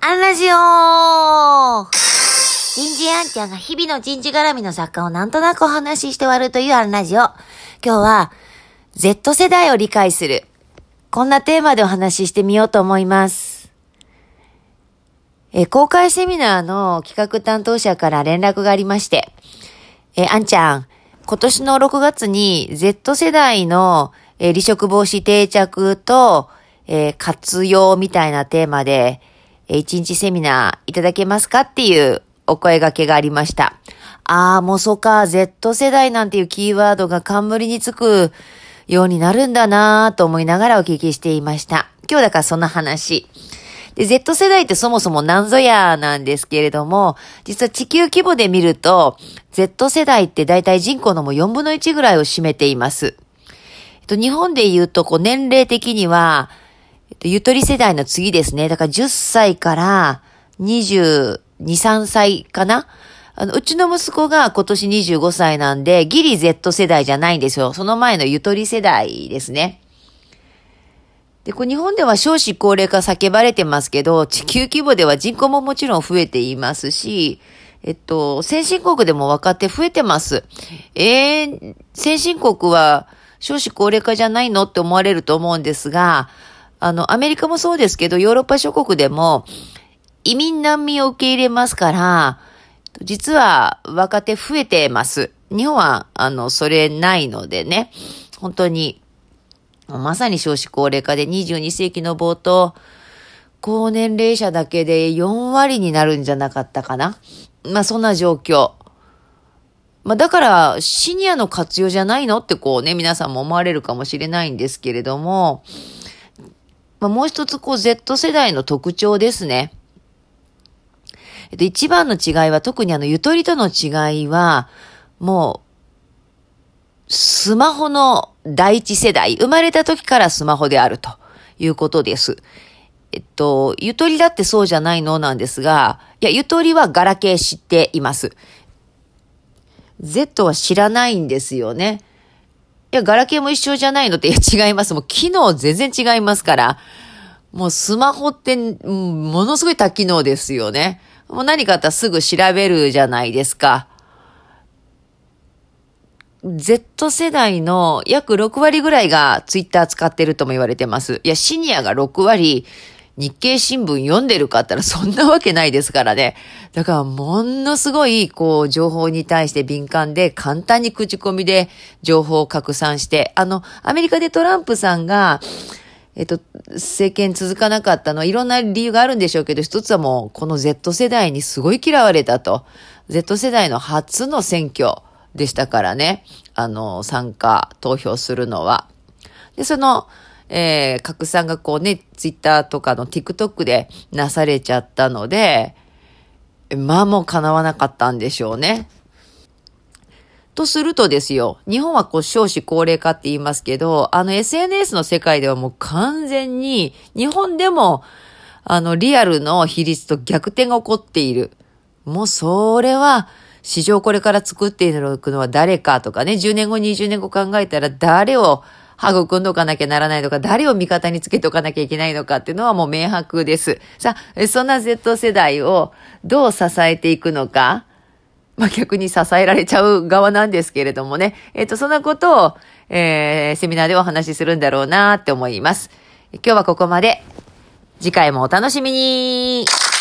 アンラジオ人事アンちゃんが日々の人事絡みの作家をなんとなくお話しして終わるというアンラジオ。今日は Z 世代を理解する。こんなテーマでお話ししてみようと思います。公開セミナーの企画担当者から連絡がありまして、アンちゃん、今年の6月に Z 世代の離職防止定着と、活用みたいなテーマで、1日セミナーいただけますかっていうお声掛けがありました。もうそうか、Z 世代なんていうキーワードが冠につくようになるんだなぁと思いながらお聞きしていました。今日だからその話。で、Z 世代ってそもそも何ぞやなんですけれども、実は地球規模で見ると、Z 世代ってだいたい人口のもう4分の1ぐらいを占めています。日本で言うと、年齢的には、ゆとり世代の次ですね。だから10歳から22、3歳かな。うちの息子が今年25歳なんで、ギリ Z 世代じゃないんですよ。その前のゆとり世代ですね。で、日本では少子高齢化叫ばれてますけど、地球規模では人口ももちろん増えていますし、先進国でも若手増えてます。先進国は少子高齢化じゃないのって思われると思うんですが、アメリカもそうですけど、ヨーロッパ諸国でも移民難民を受け入れますから、実は若手増えてます。日本は、それないのでね、本当に、まさに少子高齢化で22世紀の冒頭、高年齢者だけで4割になるんじゃなかったかな。そんな状況。だから、シニアの活用じゃないのって皆さんも思われるかもしれないんですけれども、もう一つZ 世代の特徴ですね。一番の違いは特にゆとりとの違いは、もう、スマホの第一世代、生まれた時からスマホであるということです。ゆとりだってそうじゃないのなんですが、ゆとりはガラケー知っています。Z は知らないんですよね。ガラケーも一緒じゃないのって、違います。もう機能全然違いますから。もうスマホって、ものすごい多機能ですよね。もう何かあったらすぐ調べるじゃないですか。Z 世代の約6割ぐらいがツイッター使ってるとも言われてます。シニアが6割、日経新聞読んでるかって言ったらそんなわけないですからね。だからものすごい情報に対して敏感で簡単に口コミで情報を拡散して、アメリカでトランプさんが政権続かなかったのはいろんな理由があるんでしょうけど、一つはもうこの Z 世代にすごい嫌われたと。Z 世代の初の選挙でしたからね。参加投票するのは。で、その拡散がツイッターとかの TikTok でなされちゃったので、もう叶わなかったんでしょうね。とするとですよ、日本は少子高齢化って言いますけど、SNS の世界ではもう完全に、日本でも、リアルの比率と逆転が起こっている。もうそれは、市場これから作っていくのは誰かとかね、10年後、20年後考えたら誰を育んどかなきゃならないのか、誰を味方につけておかなきゃいけないのかっていうのはもう明白です。さあ、そんな Z 世代をどう支えていくのか、逆に支えられちゃう側なんですけれどもね。そんなことを、セミナーでお話しするんだろうなって思います。今日はここまで。次回もお楽しみに。